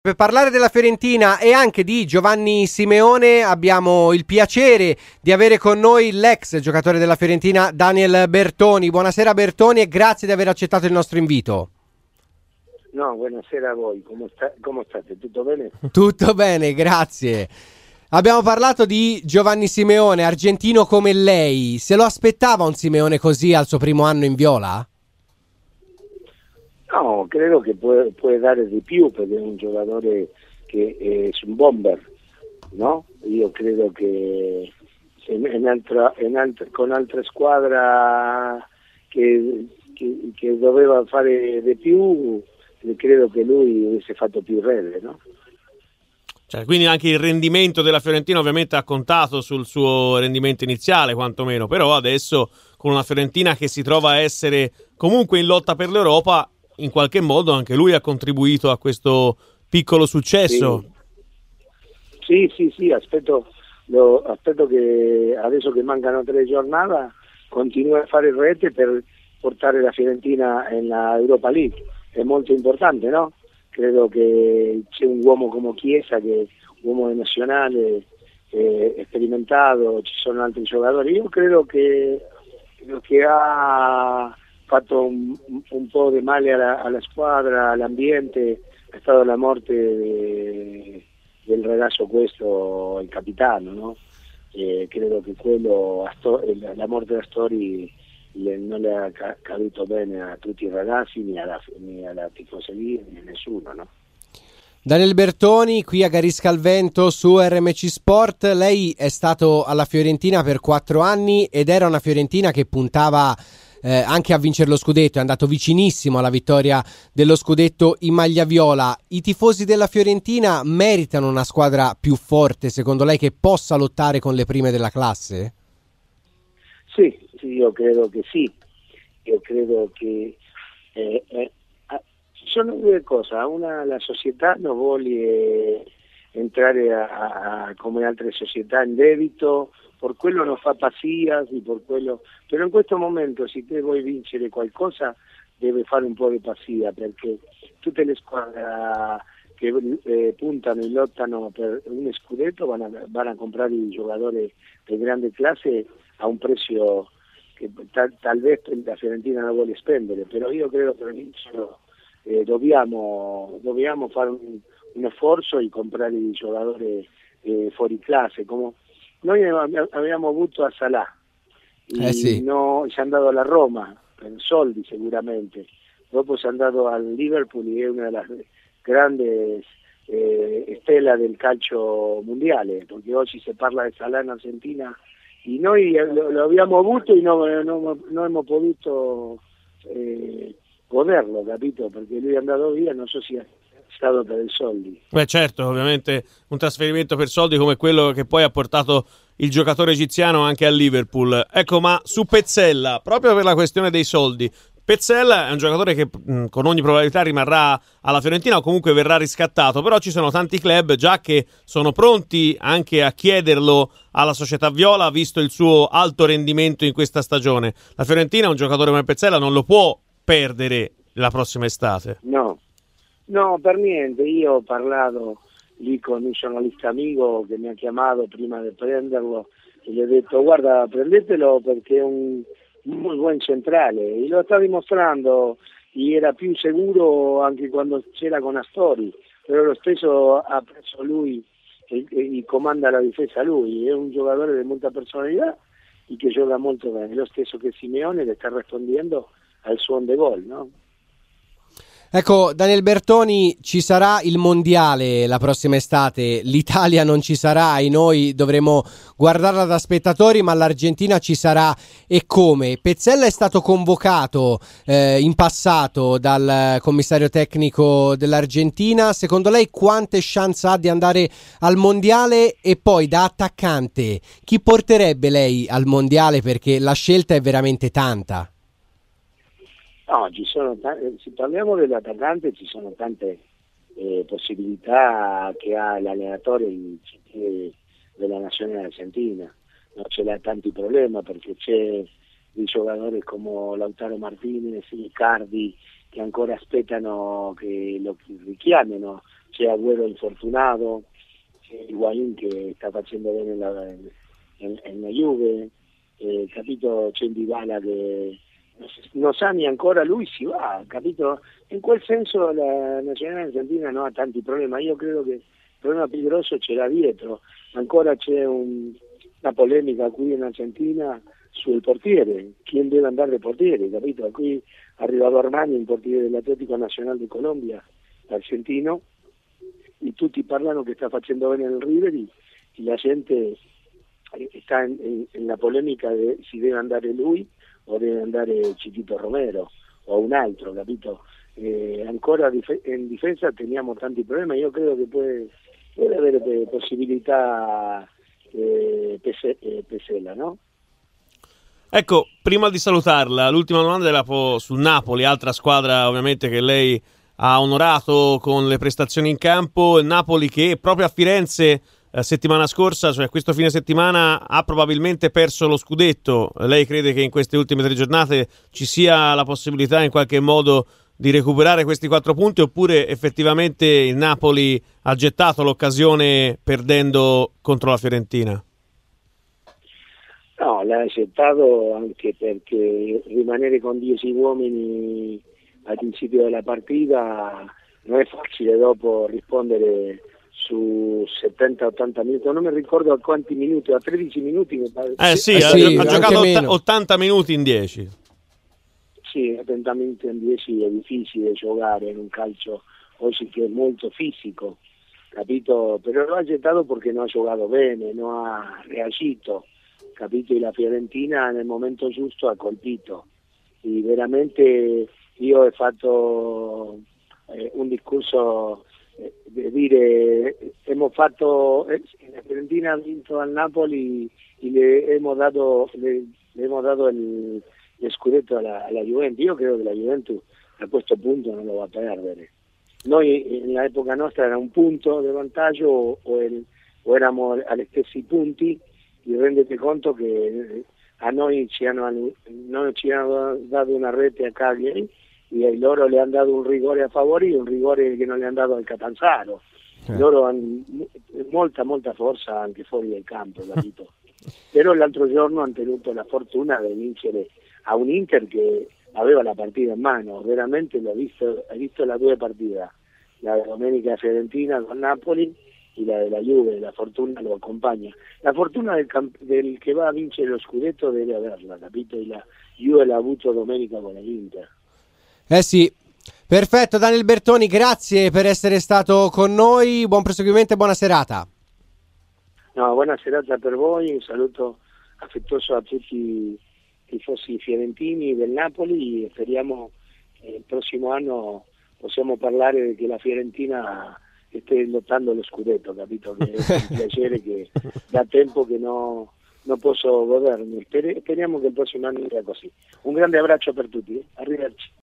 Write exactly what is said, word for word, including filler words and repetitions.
Per parlare della Fiorentina e anche di Giovanni Simeone abbiamo il piacere di avere con noi l'ex giocatore della Fiorentina Daniel Bertoni. Buonasera Bertoni e grazie di aver accettato il nostro invito. No, buonasera a voi, come, sta, come state? Tutto bene? Tutto bene, grazie. Abbiamo parlato di Giovanni Simeone, argentino come lei. Se lo aspettava un Simeone così al suo primo anno in viola? No, credo che può, può dare di più perché è un giocatore che è un bomber, no? Io credo che in altra, in altra, con altre squadre che, che, che doveva fare di più, credo che lui avesse fatto più rete, no? Cioè, quindi anche il rendimento della Fiorentina ovviamente ha contato sul suo rendimento iniziale, quantomeno, però adesso con una Fiorentina che si trova a essere comunque in lotta per l'Europa, in qualche modo anche lui ha contribuito a questo piccolo successo. Sì, sì, sì, sì, aspetto, lo, aspetto che adesso che mancano tre giornate continui a fare rete per portare la Fiorentina nella Europa League. È molto importante, no? Credo che c'è un uomo come Chiesa, che è un uomo nazionale, eh, sperimentato, ci sono altri giocatori. Io credo che, che ha fatto un, un po' di male alla, alla squadra, all'ambiente, è stata la morte de, del ragazzo questo, il capitano, no? E credo che quello, la morte di Astori non le ha capito bene a tutti i ragazzi, né alla, né alla tifoseria, né a nessuno, no? Daniel Bertoni, qui a Garisca al Vento su R M C Sport. Lei è stato alla Fiorentina per quattro anni ed era una Fiorentina che puntava eh, anche a vincere lo scudetto, è andato vicinissimo alla vittoria dello scudetto in maglia viola. I tifosi della Fiorentina meritano una squadra più forte, secondo lei, che possa lottare con le prime della classe? Sì, sì, io credo che sì, io credo che eh, eh, ci sono due cose, una, la società non vuole entrare a, a, come altre società in debito, per quello non fa pazzia, per quello, però in questo momento se te vuoi vincere qualcosa deve fare un po' di pazzia, perché tutte le squadre che eh, puntano e lottano per un scudetto vanno a, vanno a comprare i giocatori di grande classe a un prezzo che tal, talvolta la Fiorentina non vuole spendere, però io credo che all'inizio eh, dobbiamo, dobbiamo fare un, un sforzo e comprare i giocatori eh, fuori classe. Come noi abbiamo avuto a Salah, eh sì. no, si è andato alla Roma per soldi sicuramente, dopo si è andato al Liverpool e è una delle grandi eh, stelle del calcio mondiale, perché oggi si parla di Salah in Argentina e noi lo, lo abbiamo avuto e non, non, non abbiamo potuto eh, goderlo, capito? Perché lui è andato via, non so se è stato per i soldi. Beh certo, ovviamente un trasferimento per soldi come quello che poi ha portato il giocatore egiziano anche al Liverpool. Ecco, ma su Pezzella, proprio per la questione dei soldi, Pezzella è un giocatore che mh, con ogni probabilità rimarrà alla Fiorentina o comunque verrà riscattato, però ci sono tanti club già che sono pronti anche a chiederlo alla società viola, visto il suo alto rendimento in questa stagione. La Fiorentina un giocatore come Pezzella non lo può perdere la prossima estate. No, no, per niente. Io ho parlato lì con un giornalista amico che mi ha chiamato prima di prenderlo e gli ho detto guarda, prendetelo perché è un muy buon centrale, e lo sta dimostrando, e era più sicuro anche quando c'era con Astori, però lo stesso ha preso lui e, e, e comanda la difesa lui, è un giocatore di molta personalità e che gioca molto bene, lo stesso che Simeone, che sta rispondendo al suo on the goal, no? Ecco, Daniel Bertoni, ci sarà il mondiale la prossima estate, l'Italia non ci sarà e noi dovremo guardarla da spettatori, ma l'Argentina ci sarà, e come? Pezzella è stato convocato eh, in passato dal commissario tecnico dell'Argentina, secondo lei quante chance ha di andare al mondiale? E poi da attaccante, chi porterebbe lei al mondiale, perché la scelta è veramente tanta? No, ci sono t- se parliamo dell'attaccante ci sono tante eh, possibilità che ha l'allenatore in, in, della nazionale argentina, non ce l'ha tanti problemi perché c'è dei giocatori come Lautaro Martinez, Icardi che ancora aspettano che lo richiamino, c'è c'è Agüero infortunato, c'è Higuaín che sta facendo bene la, in, in la Juve, eh, capito, c'è Dybala che non sa neanche lui si va, capito? In quel senso la nazionale argentina non ha tanti problemi, io credo che il problema più grosso ce l'ha dietro, ancora c'è un, una polemica qui in Argentina sul portiere, chi deve andare al portiere, capito? Qui è arrivato Armani, il portiere dell'Atlético Nacional di Colombia, argentino, e tutti parlano che sta facendo bene il River e la gente sta in, in, in la polemica di si deve andare lui o deve andare Chiquito Romero o un altro, capito? Eh, ancora dif- in difesa teniamo tanti problemi, io credo che puede, puede avere possibilità eh, Pese- eh, Pesela, no? Ecco, prima di salutarla, l'ultima domanda è la po- sul Napoli, altra squadra ovviamente che lei ha onorato con le prestazioni in campo, il Napoli che proprio a Firenze eh, settimana scorsa, cioè questo fine settimana, ha probabilmente perso lo scudetto. Lei crede che in queste ultime tre giornate ci sia la possibilità in qualche modo di recuperare questi quattro punti, oppure effettivamente il Napoli ha gettato l'occasione perdendo contro la Fiorentina? No, l'ha accettato anche perché rimanere con dieci uomini al principio della partita non è facile dopo rispondere su settanta ottanta minuti, non mi ricordo a quanti minuti, a tredici minuti mi pare. Eh sì, eh ha, sì, ha giocato meno. ottanta minuti in dieci. Sì, ottanta minuti in dieci è difficile giocare in un calcio oggi che è molto fisico, capito? Però lo ha accettato perché non ha giocato bene, non ha reagito, capito? E la Fiorentina nel momento giusto ha colpito. E veramente io ho fatto eh, un discorso eh, di dire hemos fatto eh, la Fiorentina ha vinto al Napoli e le hemos dato le, le hemos dato il, il scudetto alla, alla Juventus. Io credo che la Juventus a questo punto non lo va a perdere. Noi nell'epoca nostra era un punto di vantaggio o, o, el, o eravamo agli stessi punti, e rendete conto che a noi ci hanno, noi ci hanno dato una rete a Cagliari e loro le hanno dato un rigore a favore e un rigore che non le hanno dato al Catanzaro. Eh. Loro hanno molta molta forza anche fuori del campo, capito? Però l'altro giorno hanno tenuto la fortuna di vincere a un Inter che aveva la partita in mano, veramente l'ho visto, ho visto le due partite, la domenica Fiorentina con Napoli y la de la Juve, la fortuna lo acompaña. La fortuna del, camp- del che va a vincere lo scudetto deve averla, capito? E la Juve l'ha avuto domenica con l'Inter. Eh sì, perfetto Daniel Bertoni, grazie per essere stato con noi, buon proseguimento e buona serata. No, buona serata per voi, un saluto affettuoso a tutti i tifosi fiorentini del Napoli e speriamo che il prossimo anno possiamo parlare di che la Fiorentina stia lottando lo scudetto, capito? Che è un piacere che da tempo che no, non posso godermi. Speriamo che il prossimo anno sia così. Un grande abbraccio per tutti, arrivederci.